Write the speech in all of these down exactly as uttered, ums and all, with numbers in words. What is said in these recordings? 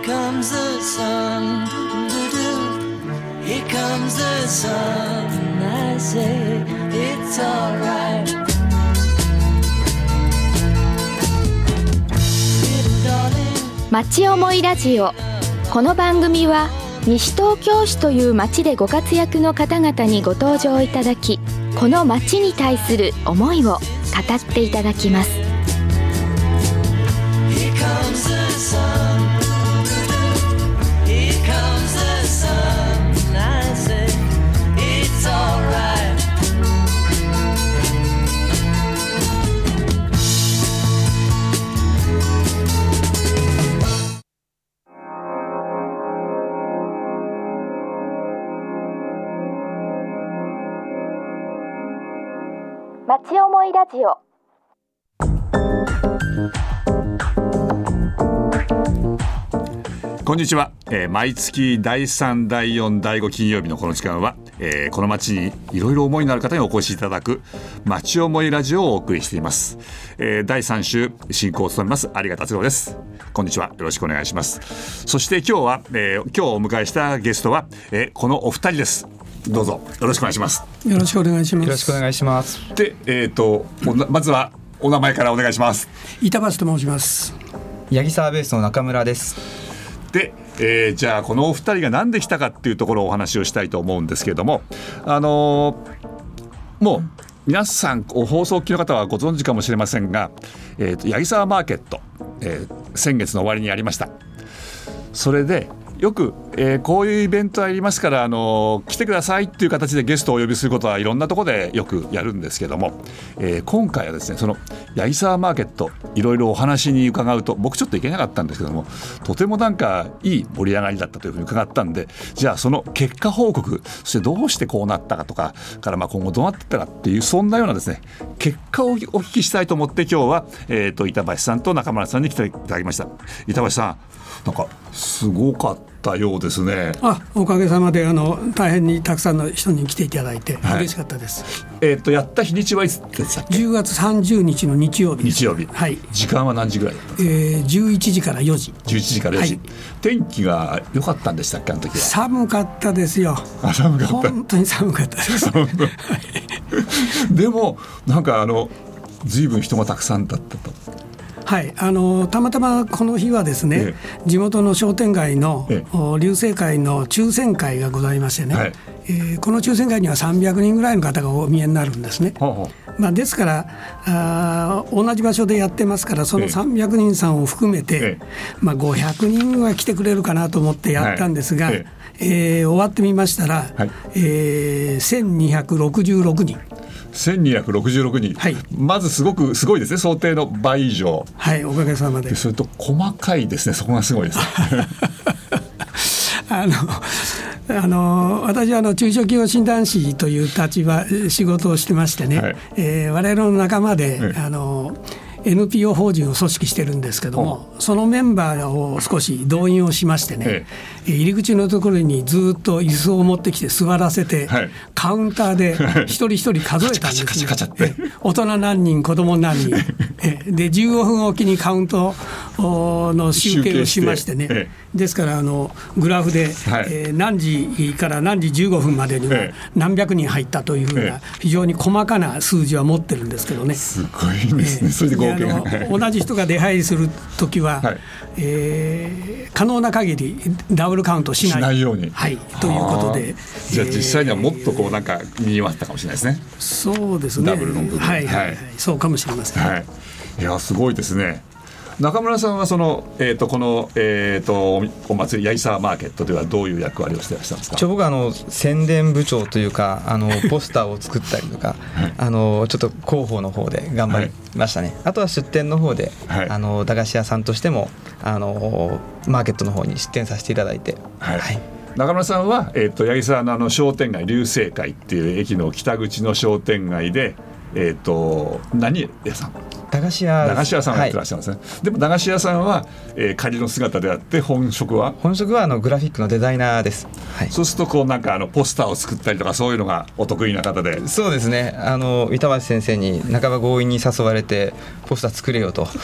comes the sun, here comes the sun. I say it's alright. 町思いラジオ。この番組は西東京市という町でご活躍の方々にご登場いただき、この町に対する思いを語っていただきます。町思いラジオ。 こんにちは、えー、毎月だいさん、だいよん、だいご金曜日のこの時間は、えー、この町にいろいろ思いのある方にお越しいただく町思いラジオをお送りしています。えー、だいさん週進行を務めます有賀達郎です。こんにちは、よろしくお願いします。そして今日は、えー、今日お迎えしたゲストは、えー、このお二人です。どうぞよろしくお願いします。 よろしくお願いします。 よろしくお願いします。 で、えーと、まずはお名前からお願いします。 板橋と申します。 八木沢ベースの中村です。 で、えー、じゃあこのお二人が何で来たかっていうところをお話をしたいと思うんですけれども、あのー、もう皆さん放送機の方はご存知かもしれませんが、えーと、八木沢マーケット、えー、先月の終わりにありました。それでよく、えー、こういうイベントありますから、あのー、来てくださいっていう形でゲストをお呼びすることはいろんなところでよくやるんですけども、えー、今回はですね、その八木沢マーケットいろいろお話に伺うと、僕ちょっと行けなかったんですけども、とてもなんかいい盛り上がりだったというふうに伺ったんで、じゃあその結果報告、そしてどうしてこうなったかとかからまあ今後どうなっていったかっていう、そんなようなですね結果をお聞きしたいと思って、今日は、えー、と板橋さんと中村さんに来ていただきました。板橋さん、なんかすごかったようですね。 あ、おかげさまであの大変にたくさんの人に来ていただいて嬉しかったです。 はい、えー、とやった日にちはいつでしたっけ？ じゅうがつさんじゅうにちの日曜日です。 日曜日、はい、時間は何時ぐらいだったんですか？えー、じゅういちじからよじ。 じゅういちじからよじ、はい、天気が良かったんでしたっけ、あの時は？ 寒かったですよ。 あ、寒かった。 本当に寒かったです。 でもなんかあの随分人がたくさんだったと。 はい、あのたまたまこの日はですね、ええ、地元の商店街の、ええ、龍勢会の抽選会がございましてね、はい、えー、この抽選会にはさんびゃくにんぐらいの方がお見えになるんですね。ほうほう、まあ、ですからあ同じ場所でやってますから、そのさんびゃくにんさんを含めて、ええ、まあ、ごひゃくにんは来てくれるかなと思ってやったんですが、はい、ええー、終わってみましたら、はい、えー、せんにひゃくろくじゅうろくにんせんにひゃくろくじゅうろくにん、はい、まずすごくすごいですね。想定の倍以上。 はい、おかげさまで。 でそれと細かいですね。そこがすごいですね。 あのあの私はあの中小企業診断士という立場仕事をしてましてね、はい、えー、我々の仲間で、はい、あのエヌピーオー 法人を組織してるんですけども、そのメンバーを少し動員をしましてね、ええ、入り口のところにずっと椅子を持ってきて座らせて、はい、カウンターで一人一人数えたんです、ね、大人何人子供何人でじゅうごふんおきにカウントの集計をしましてね、ええ、ですからあのグラフで、はい、えー、何時から何時じゅうごふんまでには何百人入ったというふうな非常に細かな数字は持ってるんですけどね。 すごいですね、えー、それで合計が同じ人が出入りするときは、はい、えー、可能な限りダブルカウントしない、 しないように、 はい、ということで、 じゃあ実際にはもっとこうなんかにぎわったかもしれないですね。 そうですね、 ダブルの部分、 はいはいはい、そうかもしれません、 はい、いやすごいですね。中村さんはその、えー、とこの、えー、とお祭り八木沢マーケットではどういう役割をしていらっしゃるんですか？ ちょ僕はあの宣伝部長というか、あのポスターを作ったりとか、はい、あのちょっと広報の方で頑張りましたね、はい、あとは出店の方で、はい、あの駄菓子屋さんとしてもあのマーケットの方に出店させていただいて、はいはい、 中村さんは、えー、と八木沢のあの商店街龍勢会っていう駅の北口の商店街で、えー、と何屋さん駄菓子屋駄菓子屋さんをやってらっしゃるんですね、はい、でも駄菓子屋さんは、えー、仮の姿であって本職は本職はあのグラフィックのデザイナーです、はい、 そうするとこうなんかあのポスターを作ったりとかそういうのがお得意な方で。 そうですね、あの板橋先生に半ば強引に誘われてポスター作れよと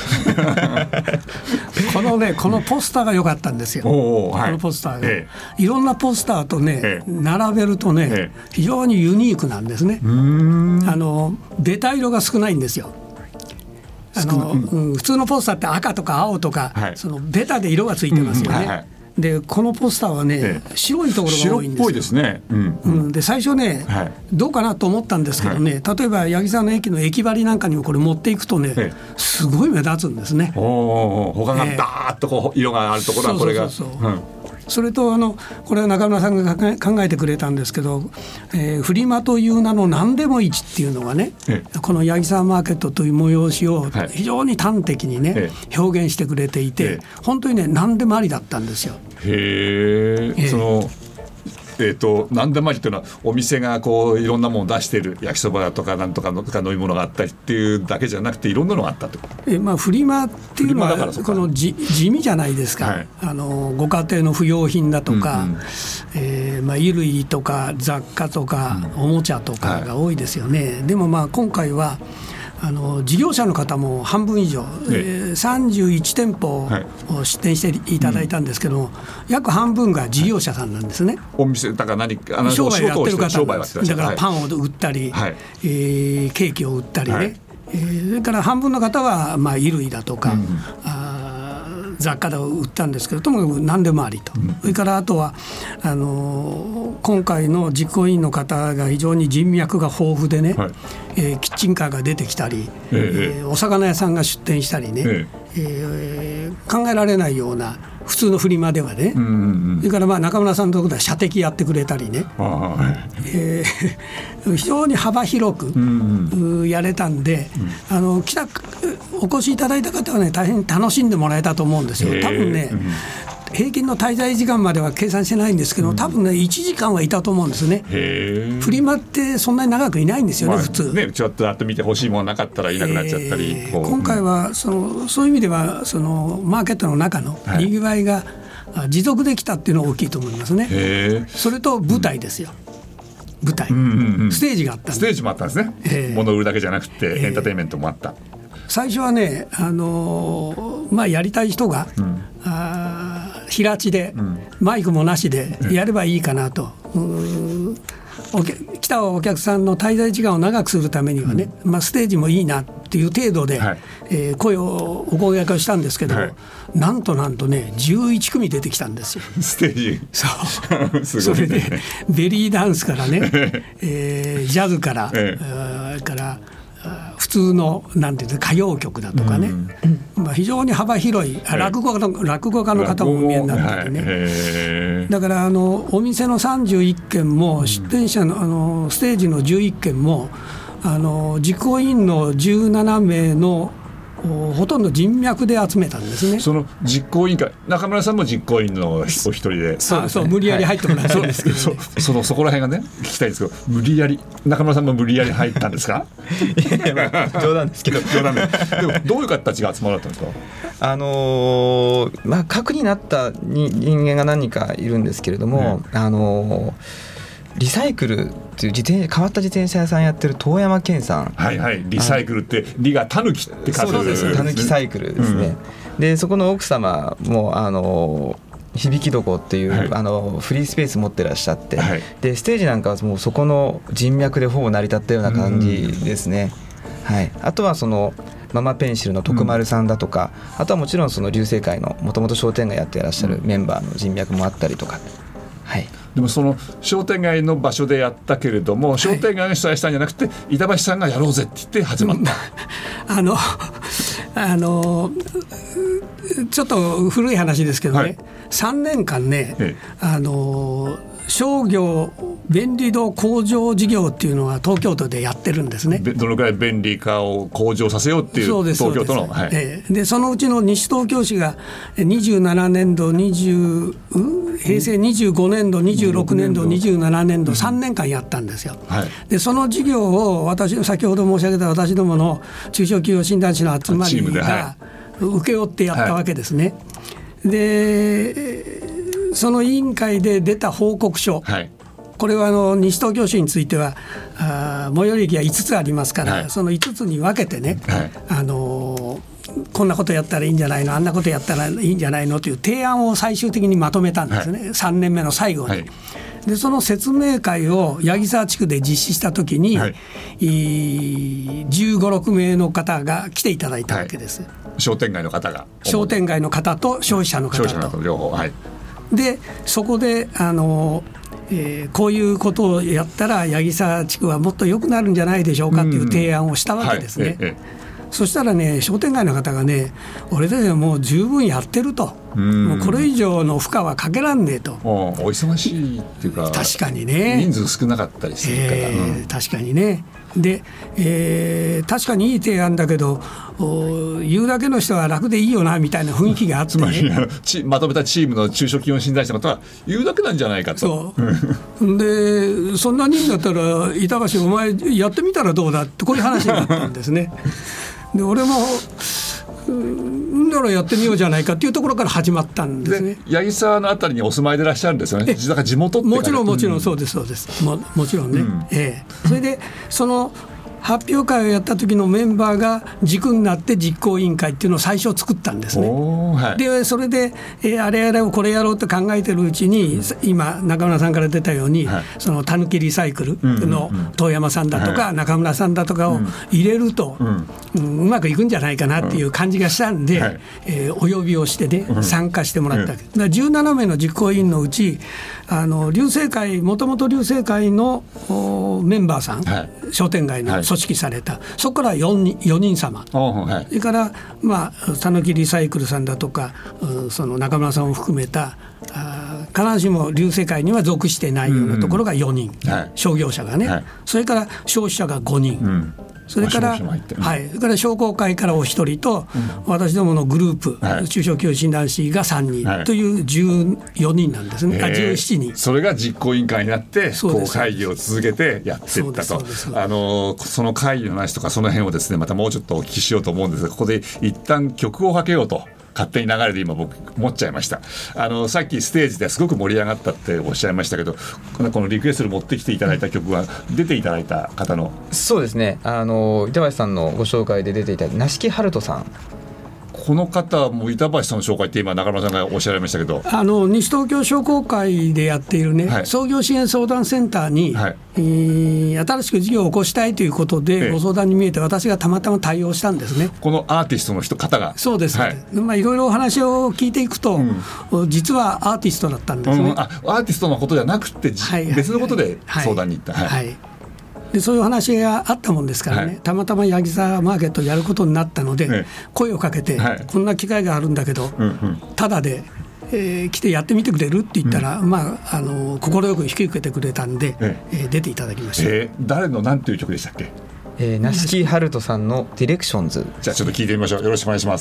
このねこのポスターが良かったんですよ。お、はい、このポスターが、ええ、いろんなポスターとね、ええ、並べるとね、ええ、非常にユニークなんですね。うーん、あのベタ色が少ないんですよ。あの、うん、普通のポスターって赤とか青とか、はい、そのベタで色がついてますよね、うん、はいはい、でこのポスターはね、ええ、白いところが多いんですよ。 白っぽいですね、うんうん、 で最初ね、はい、どうかなと思ったんですけどね、はい、例えば八木沢の駅の駅張りなんかにもこれ持っていくとね、ええ、すごい目立つんですね。 おお、他がダーッとこう色があるところはこれが、そうそうそうそう、うん、 それとあのこれは中村さんが考えてくれたんですけど、えー、フリマという名の何でも市っていうのがね、ええ、この八木沢マーケットという催しを非常に端的にね、ええ、表現してくれていて、ええ、本当にね何でもありだったんですよ。 へえ、そのえー、と何でもありっていうのはお店がこういろんなものを出している焼きそばだとかなんとかのとか飲み物があったりっていうだけじゃなくていろんなのがあったと。 え、まあ、フリマっていうのはこの地味じゃないですか、はい、あのご家庭の不用品だとか、うんうん、えーまあ、衣類とか雑貨とか、うん、おもちゃとかが多いですよね、はい、でもまあ今回はあの事業者の方も半分以上、えー、さんじゅういち店舗を出店していただいたんですけども、はい、うん、約半分が事業者さんなんですね。 お店だから何か商売やってる方なんです。だからパンを売ったり、 はい、 えー、ケーキを売ったりね、はい、えー、それから半分の方はまあ衣類だとか、うん、あ雑貨を売ったんですけど、ともかく何でもありと、うん、それからあとはあの今回の実行委員の方が非常に人脈が豊富でね、はい、えー、キッチンカーが出てきたり、えーえー、お魚屋さんが出店したりね、えーえー、考えられないような普通のフリマではね、うんうんうん、それからまあ中村さんのところでは射的やってくれたりね、えー、非常に幅広く、うんうん、やれたんで、うん、あの来たお越しいただいた方はね大変楽しんでもらえたと思うんですよ。多分ね、うん、平均の滞在時間までは計算してないんですけど、多分ねいちじかんはいたと思うんですね。フリマってそんなに長くいないんですよね、まあ、普通ね、ちょっとあと見て欲しいものなかったらいなくなっちゃったり、えー、 今回はそのそういう意味ではそのマーケットの中のにぎわいが持続できたっていうのは大きいと思いますね。 へそれと舞台ですよ、うん、舞台、うんうんうん、ステージがあったんです。 ステージもあったんですね、えー、物を売るだけじゃなくてエンターテインメントもあった、えー、 最初はね、あのーまあ、やりたい人が、うん、あ平地で、うん、マイクもなしでやればいいかなと、うん、お来たお客さんの滞在時間を長くするためにはね、うん、まあ、ステージもいいなっていう程度で、はい、えー、声をお声掛けをしたんですけど、はい、なんとなんとねじゅういち組出てきたんですよ、 ステージ。 そうすごい、ね、それでベリーダンスからね、えー、ジャズから、ええ、から普通のなんていう歌謡曲だとかね、うん、まあ、非常に幅広い落語家の、落語家の方もお見えになっててね、はい、だからあのお店のさんじゅういっけんも出店者の、あのステージのじゅういっけんもあの実行委員のじゅうななめいのほとんど人脈で集めたんですね。 その実行委員会、中村さんも実行委員のお一人で、 そうそう、無理やり入ってもらったんですけど、ね、 そ, そ, のそこら辺がね聞きたいんですけど、無理やり中村さんも無理やり入ったんですか？ いやいや、まあ、冗談ですけど冗談ででもどういう方たちが集まられたんですか？ あのーまあ、核になったに人間が何人かいるんですけれども、うん、あのーリサイクルっていう自転変わった自転車屋さんやってる遠山健さん、 はいはい、リサイクルってリがタヌキって書く、 そうですね、タヌキサイクルですね、うん、でそこの奥様もあの響き床っていう、はい、あのフリースペース持ってらっしゃって、はい、でステージなんかはもうそこの人脈でほぼ成り立ったような感じですね、うん、はい、あとはそのママペンシルの徳丸さんだとか、うん、あとはもちろんその流星会のもともと商店街やっていらっしゃるメンバーの人脈もあったりとか、はい、 でもその商店街の場所でやったけれども、商店街が主催したんじゃなくて、はい、板橋さんがやろうぜって言って始まった、 うん、あのあのちょっと古い話ですけどね、はい、さんねんかんね、ええ、あの商業便利度向上事業っていうのは東京都でやってるんですね。 どのくらい便利化を向上させようっていう東京都の、はい、 ええ、でそのうちの西東京市がにじゅうななねんどにじゅうへいせいにじゅうごねんどにじゅうろくねんどにじゅうななねんどさんねんかんやったんですよ、はい、でその事業を私先ほど申し上げた私どもの中小企業診断士の集まりが請け負ってやったわけですね、はい、でその委員会で出た報告書、はい、これはあの西東京市についてはあ最寄り駅がいつつありますから、はい、そのいつつに分けてね、はい、あのこんなことやったらいいんじゃないのあんなことやったらいいんじゃないのという提案を最終的にまとめたんですね、はい、さんねんめの最後に、はい、でその説明会を八木沢地区で実施したときに、はい、じゅうご、ろくめいの方が来ていただいたわけです、はい、 商店街の方が商店街の方と消費者の方と、消費者の両方、はい、でそこであのえー、こういうことをやったら八木沢地区はもっと良くなるんじゃないでしょうかという提案をしたわけですね、うんはいええそしたらね商店街の方がね俺たちはもう十分やってるともうこれ以上の負荷はかけらんねえとお忙しいっていうか確かにね人数少なかったりするから、えーうん、確かにねで、えー、確かにいい提案だけど言うだけの人は楽でいいよなみたいな雰囲気があって、ね、 つまりちまとめたチームの中小企業診断士の方は言うだけなんじゃないかとそうでそんなにいいんだったら板橋お前やってみたらどうだってこういう話になったんですねで俺もうんならやってみようじゃないかっていうところから始まったんですね。 で八木沢のあたりにお住まいでいらっしゃるんですよね。だから地元ってもちろんもちろんそうですそうです も, もちろんね、うんええ、それでその発表会をやった時のメンバーが軸になって実行委員会っていうのを最初作ったんですね、はい、でそれで、えー、あれやれをこれやろうと考えてるうちに、うん、今中村さんから出たように、はい、そのたぬきリサイクルの遠山さんだとか、はい、中村さんだとかを入れると、うんうん、うまくいくんじゃないかなっていう感じがしたんで、うんはいえー、お呼びをしてね、うん、参加してもらったわけです。だからじゅうななめいの実行委員のうちあの龍星会もともと龍星会のメンバーさん、はい、商店街の組織された、はい、そこから よにん, よにん様、はい、それからまあたぬきリサイクルさんだとかその中村さんを含めたあ必ずしも龍星会には属してないようなところがよにん、うんはい、商業者がね、はい、それから消費者がごにん、うんそれから、はい、それから商工会からお一人と、うん、私どものグループ、はい、中小企業診断士がさんにん、はい、というじゅうよにんなんですね、あじゅうななにん。 それが実行委員会になってこう会議を続けてやっていったと。あのその会議の話とかその辺をですねまたもうちょっとお聞きしようと思うんですがここで一旦曲をかけようと勝手に流れで今僕思っちゃいました。あのさっきステージですごく盛り上がったっておっしゃいましたけどこのリクエストで持ってきていただいた曲は出ていただいた方のそうですねあの板橋さんのご紹介で出ていた梨木春人さんこの方も板橋さんの紹介って今中村さんがおっしゃられましたけどあの西東京商工会でやっているね、はい、創業支援相談センターに、はいえー、新しく事業を起こしたいということでご相談に見えて私がたまたま対応したんですね。 このアーティストの人方がそうです、はいまあ、いろいろお話を聞いていくと、うん、実はアーティストだったんですね、 うん、あアーティストのことじゃなくて、はい、別のことで相談に行った、はいはいはいでそういう話があったもんですからね、はい、たまたま八木沢マーケットをやることになったので、はい、声をかけて、はい、こんな機会があるんだけど、うんうん、ただで、えー、来てやってみてくれるって言ったら、うんまあ、あの快く引き受けてくれたんで、ええー、出ていただきました、 えー、誰の何ていう曲でしたっけ。 えー、梨木春人さんのディレクションズ。 じゃあちょっと聞いてみましょう。よろしくお願いします。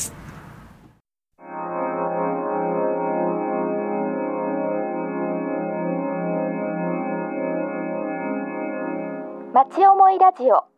町思いラジオ。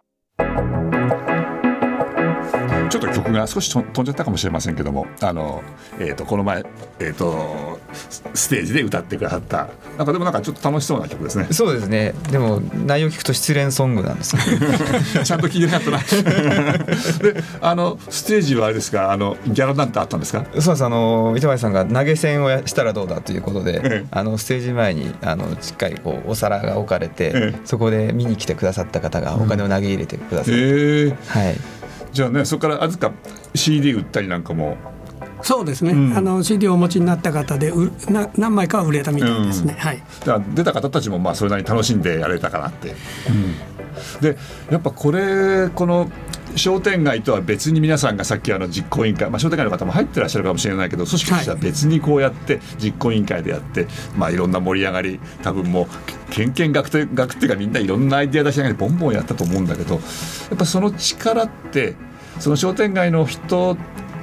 ちょっと曲が少し飛んじゃったかもしれませんけどもあの、えー、とこの前、えー、とステージで歌ってくださったなんかでもなんかちょっと楽しそうな曲ですね。 そうですね。でも内容聞くと失恋ソングなんですけどちゃんと聞いてなかったなであのステージはあれですかあのギャラなんてあったんですか。 そうですあの板橋さんが投げ銭をしたらどうだということで、ええ、あのステージ前にあのしっかりこうお皿が置かれて、ええ、そこで見に来てくださった方がお金を投げ入れてくださって、うんえーはいじゃあね、そこからあずか シーディー 売ったりなんかもそうですね、うん、あの シーディー をお持ちになった方でうな何枚かは売れたみたいですね、うんはい、 だから出た方たちもまあそれなりに楽しんでやれたかなって、うん、でやっぱこれこの商店街とは別に皆さんがさっきあの実行委員会、まあ、商店街の方も入ってらっしゃるかもしれないけど組織としては別にこうやって実行委員会でやって、はいまあ、いろんな盛り上がり多分もうけんけんがくっていうかみんないろんなアイデア出しながらボンボンやったと思うんだけどやっぱその力ってその商店街の人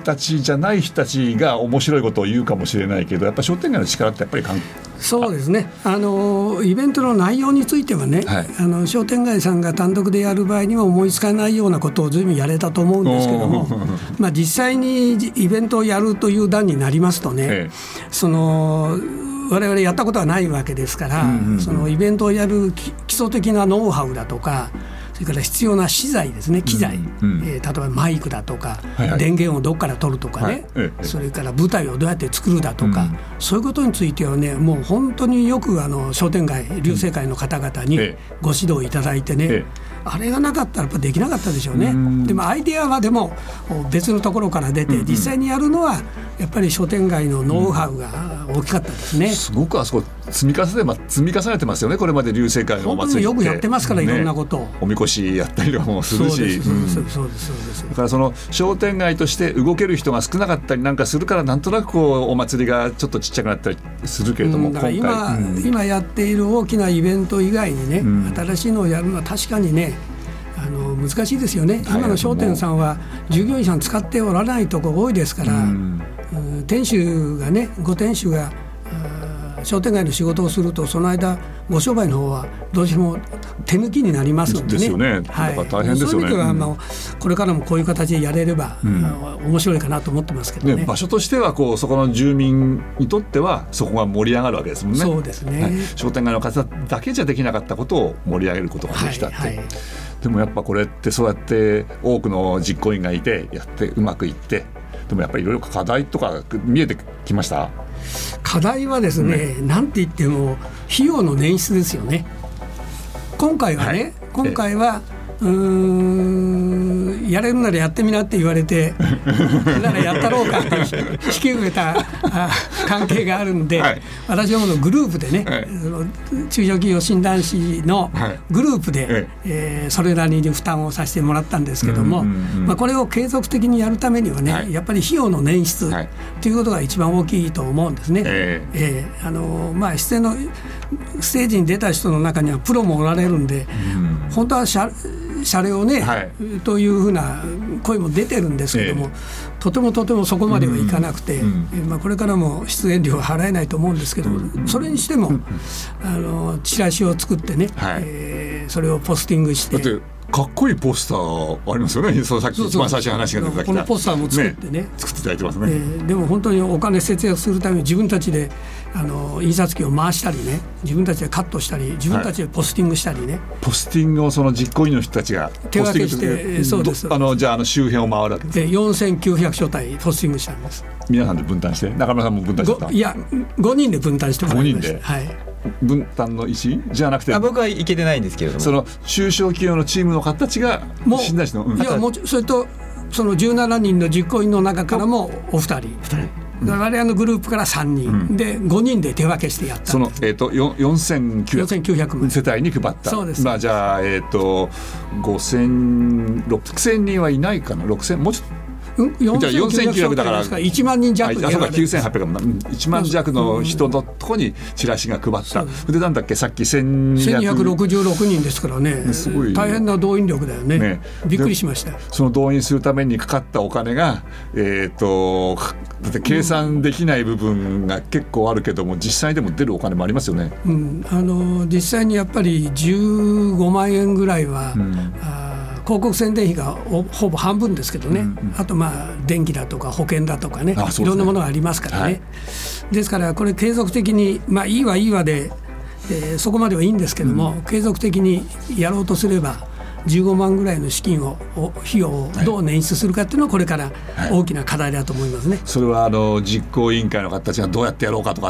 たちじゃない人たちが面白いことを言うかもしれないけど、やっぱり商店街の力ってやっぱり関係そうですね、あのイベントの内容についてはね、はい、あの商店街さんが単独でやる場合には思いつかないようなことを随分やれたと思うんですけども、まあ、実際にイベントをやるという段になりますとね、ええ、その我々やったことはないわけですから、うんうんうん、そのイベントをやる基礎的なノウハウだとか、それから必要な資材ですね、機材、うんうんえー、例えばマイクだとか、はいはい、電源をどこから取るとかね、はいはい、それから舞台をどうやって作るだとか、うん、そういうことについてはね、もう本当によくあの商店街龍星会の方々にご指導いただいてね、ええ、あれがなかったらやっぱできなかったでしょうね。でもアイデアはでも別のところから出て、うんうん、実際にやるのはやっぱり商店街のノウハウが大きかったですね、うん、 すごくあそこ積み重ね、ま、積み重ねてますよね、これまで龍星会のお祭りって本当によくやってますから、ね、いろんなことをおみこしやったりとかもするし、だからその商店街として動ける人が少なかったりなんかするから、なんとなくこうお祭りがちょっとちっちゃくなったりするけれども、うん、だから 今, 今, うん、今やっている大きなイベント以外にね、うん、新しいのをやるのは確かにね、あの難しいですよね。今の商店さんは従業員さん使っておらないところ多いですから、うんうん、店主がね、ご店主が商店街の仕事をすると、その間ご商売の方はどうしても手抜きになりますので ね, ですよね、はい、だから大変ですよね。そういう意味では、まあ、 これからもこういう形でやれれば、うん、面白いかなと思ってますけど ね, ね場所としてはこうそこの住民にとってはそこが盛り上がるわけですもんね。 そうですね、 はい、商店街の方だけじゃできなかったことを盛り上げることができたって、はいはい、でもやっぱこれってそうやって多くの実行委員がいてやってうまくいって、でもやっぱりいろいろ課題とか見えてきました。 課題はですね、ね、なんて言っても費用の捻出ですよね。今回はね、はい、今回はうーんやれるならやってみなって言われてならやったろうかって引き受けた関係があるんで、はい、私はもうグループでね、はい、その中小企業診断士のグループで、はいえー、それなりに負担をさせてもらったんですけども、うんうんうんまあ、これを継続的にやるためにはね、はい、やっぱり費用の捻出ということが一番大きいと思うんですね、えーえーあのまあ、出演のステージに出た人の中にはプロもおられるんで、うん、本当はシャ謝礼をね、はい、というふうな声も出てるんですけども、えー、とてもとてもそこまではいかなくて、うんうんまあ、これからも出演料は払えないと思うんですけど、うん、それにしても、うん、あのチラシを作ってね、はいえー、それをポスティングして、 だってかっこいいポスターありますよね。そのさっき一番最初に話が出てきたこのポスターも作ってね、ね作っていただいてますね、 えー、でも本当にお金節約するために自分たちであの印刷機を回したりね、自分たちでカットしたり自分たちでポスティングしたりね、はい、 ポスティングをその実行委員の人たちが手分けして、そうですあのじゃあ、あの周辺を回るわけです。 でよんせんきゅうひゃくしょたいポスティングしたんです。 皆さんで分担して、中村さんも分担してた。 いやごにんで分担してもらいました。 ごにんで、はい、分担の意思じゃなくて、 あ僕は行けてないんですけれども、その中小企業のチームの方たちが診断士の、うん、 いやもうそれとそのじゅうななにんの実行委員の中からもお二人、ふたり我々のグループからさんにん、うん、でごにんで手分けしてやったその、えー、とよんせんきゅうひゃく世帯に配った。 そうです、 まあ、じゃあ、えー、とごせんろくせんにんはいないかな。ろくせんもうちょっとうん、よんせんきゅうひゃくだからいちまんにん弱であそうかきゅうせんはっぴゃくいちまん弱の人のとこにチラシが配った。でなんだっけさっきせんにひゃくろくじゅうろくにんですからね、すごい大変な動員力だよ ね, ねびっくりしました。 その動員するためにかかったお金が、えー、とだって計算できない部分が結構あるけども、うん、実際でも出るお金もありますよね、 うん、あの実際にやっぱりじゅうごまんえんぐらいは、うん、あ広告宣伝費がほぼ半分ですけどね、うんうん、あとまあ電気だとか保険だとか ね, ねいろんなものがありますからね、はい、ですからこれ継続的に、まあいいはいいわで、えー、そこまではいいんですけども、うん、継続的にやろうとすればじゅうごまんぐらいの資金を費用をどう捻出するかっていうのはこれから大きな課題だと思いますね、はい、 それはあの実行委員会の方たちがどうやってやろうかとかって、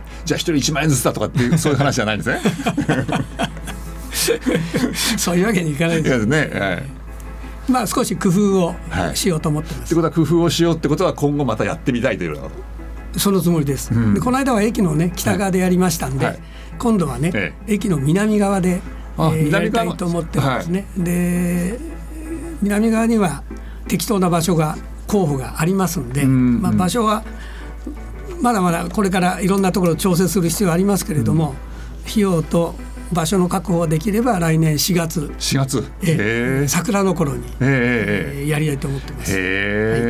じゃあ一人いちまんえんずつだとかっていうそういう話じゃないんですねそういうわけにいかないですですね、はい、 まあ、少し工夫をしようと思ってます、はい、 ってことは工夫をしようってことは今後またやってみたいというのそのつもりです、うん、でこの間は駅の、ね、北側でやりましたんで、はい、今度はね、ええ、駅の南側で、えー、やりたいと思ってますね、はい、で南側には適当な場所が候補がありますんで、うんまあ、場所はまだまだこれからいろんなところを調整する必要はありますけれども、うん、費用と場所の確保ができれば来年しがつ、 しがつ、 えー、桜の頃に、えーえー、やりたいと思ってます。 へー、はい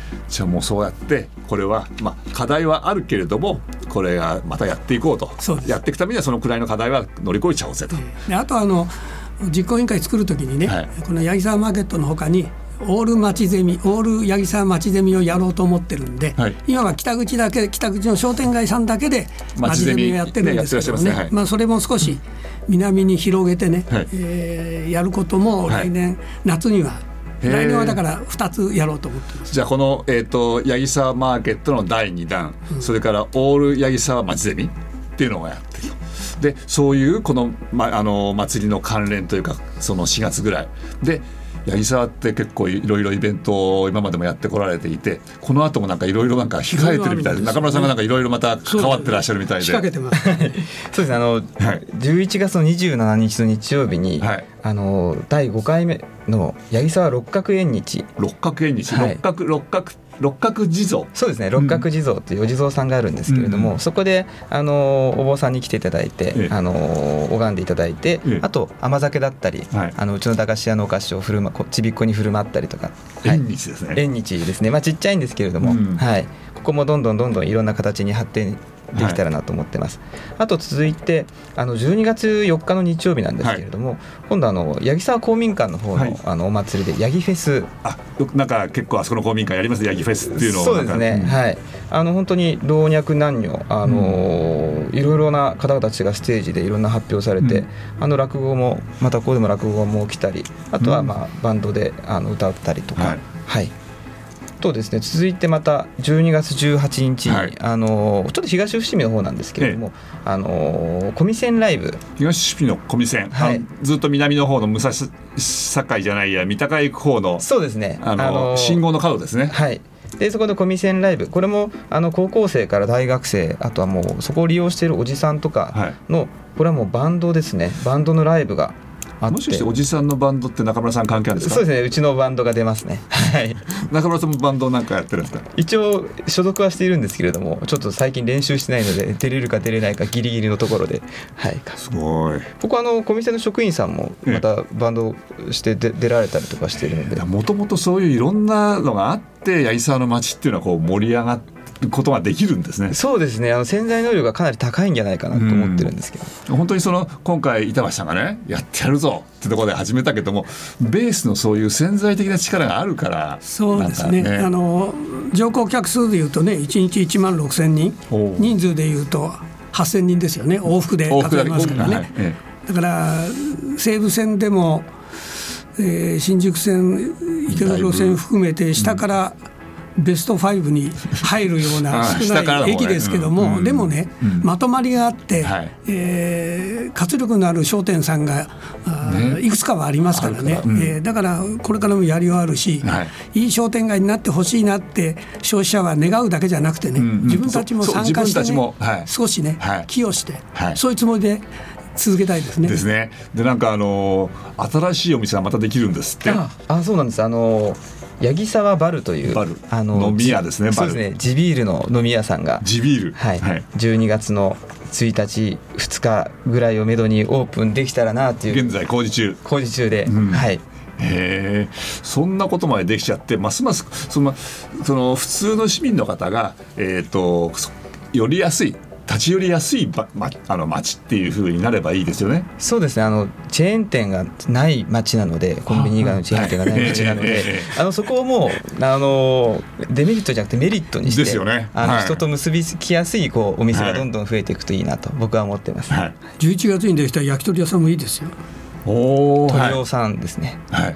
じゃあもうそうやってこれは、まあ、課題はあるけれどもこれがまたやっていこうと、やっていくためにはそのくらいの課題は乗り越えちゃおうぜと、 であとあの実行委員会作るときにね、はい、この八木沢マーケットのほかにオール町ゼミオール八木沢町ゼミをやろうと思ってるんで、はい、今は北口だけ北口の商店街さんだけで町ゼミをやってるんですけどね、ねねまあ、それも少し南に広げてね、はいえー、やることも来年夏には、はい来年はだからふたつやろうと思ってます。 じゃあこの、えー、と八木沢マーケットのだいにだん、うん、それからオール八木沢町ゼミっていうのをやってると。でそういうこの、ま、あの祭りの関連というかそのしがつぐらいで八木沢って結構いろいろイベントを今までもやってこられていてこの後もなんかいろいろなんか控えてるみたいで中村さんがなんかいろいろまた変わってらっしゃるみたいで仕掛けてますそうですねあの、はい、じゅういちがつのにじゅうしちにちの日曜日に、はい、あのだいごかいめの八木沢六角縁日六角縁日、はい、六角六角六角地蔵そうですね六角地蔵っていうお地蔵さんがあるんですけれども、うん、そこであのお坊さんに来ていただいて、ええ、あの拝んでいただいて、ええ、あと甘酒だったり、はい、あのうちの駄菓子屋のお菓子を振る、ま、ちびっこに振る舞ったりとか縁日ですね、 縁日ですね、まあ、ちっちゃいんですけれども、うんはい、ここもどんどんどんどんいろんな形に発展できたらなと思ってます、はい、あと続いてあのじゅうにがつよっかの日曜日なんですけれども、はい、今度あの八木沢公民館の方の、はい、あのお祭りで八木フェスあなんか結構あそこの公民館やります八木フェスっていうのをそうですね、うん、はいあの本当に老若男女あの、うん、いろいろな方たちがステージでいろんな発表されて、うん、あの落語もまたここでも落語も来たりあとはまあ、うん、バンドであの歌ったりとかはい、はいとですね、続いてまたじゅうにがつじゅうはちにちに、はい、あのちょっと東伏見の方なんですけれども、ええ、あのコミセンライブ東伏見のコミセン、はい、ずっと南の方の武蔵境じゃないや三鷹行く方のそうですねあの、あの信号の角ですねはいでそこでコミセンライブこれもあの高校生から大学生あとはもうそこを利用しているおじさんとかの、はい、これはもうバンドですねバンドのライブがあってもしかしておじさんのバンドって中村さん関係あるんですかそうですねうちのバンドが出ますね、はい、 中村さんもバンドなんかやってるんですか一応所属はしているんですけれどもちょっと最近練習してないので出れるか出れないかギリギリのところで、はい、 すごいここあのコミセの職員さんもまたバンドしてで出られたりとかしているのでもともとそういういろんなのがあって八木沢の街っていうのはこう盛り上がってことができるんですね。 そうですねあの潜在能力がかなり高いんじゃないかなと思ってるんですけど、 うん、本当にその今回板橋さんがねやってやるぞってところで始めたけどもベースのそういう潜在的な力があるからそうですね、ねあの乗降客数でいうとねいちにちいちまんろくせんにん人数でいうとはっせんにんですよね往復で数えますからね、はいええ、だから西武線でも、えー、新宿線池袋線含めて下からベストごに入るような少ない駅ですけども、うん、でもね、うん、まとまりがあって、はいえー、活力のある商店さんが、ね、いくつかはありますからね、うんえー、だからこれからもやりはあるし、はい、いい商店街になってほしいなって消費者は願うだけじゃなくてね、うんうん、自分たちも参加して、ねはい、少しね、はい、寄与して、はい、そういうつもりで続けたいですね。 ですね。でなんかあの新しいお店がまたできるんですって。 ああそうなんです。あの八木沢バルというバルあの飲み屋ですね。 そうですね。地ビールの飲み屋さんが地ビール、 はいはい、じゅうにがつのついたちふつかぐらいをめどにオープンできたらなという現在工事中工事中で、うん、はい。 へそんなことまでできちゃってますますそのその普通の市民の方がえっと寄りやすい立ち寄りやすいば、ま、あの街っていう風になればいいですよね。 そうですねあのチェーン店がない街なのでコンビニ以外のチェーン店がない街なのであのそこをもうあのデメリットじゃなくてメリットにしてですよね、 あの、 はい、 人と結びつきやすいこうお店がどんどん増えていくといいなと僕は思ってます、はい、 じゅういちがつにできた焼き鳥屋さんもいいですよ。 お鳥尾さんですね、 はいはい、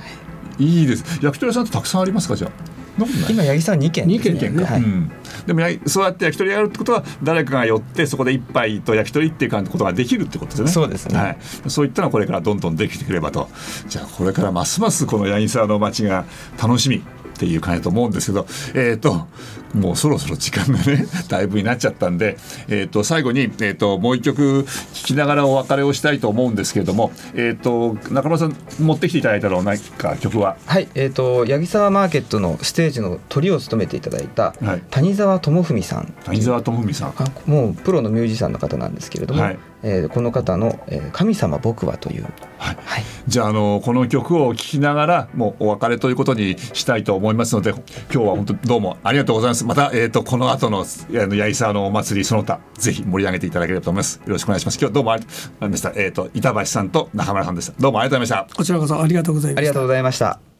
いいです。焼き鳥屋さんってたくさんありますかじゃあ。 今八木さんにけんですね。にけんか、はいうん、 でもそうやって焼き鳥やるってことは誰かが寄ってそこで一杯と焼き鳥っていうことができるってことですよね。 そうですね、 はい、そういったのはこれからどんどんできてくればと。じゃあこれからますますこの八木沢の街が楽しみっていう感じだと思うんですけど、えーともうそろそろ時間がねだいぶになっちゃったんで、えー、と最後に、えー、ともう一曲聴きながらお別れをしたいと思うんですけれども、えー、と中村さん持ってきていただいたの何か曲は。 はい、えー、と八木沢マーケットのステージのトリを務めていただいた谷沢智文さん、 谷沢智文さんもうプロのミュージシャンの方なんですけれども、はいえー、この方の、えー、神様僕はという、 はいはい、じゃあ、あのこの曲を聴きながらもうお別れということにしたいと思います。 思いますので、今日は本当どうもありがとうございます。また、えー、とこの後の八木沢のお祭りその他ぜひ盛り上げていただければと思います。よろしくお願いします。今日どうもありがとうございました。えー、と板橋さんと中村さんでした。どうもありがとうございました。 こちらこそありがとうございました。 ありがとうございました。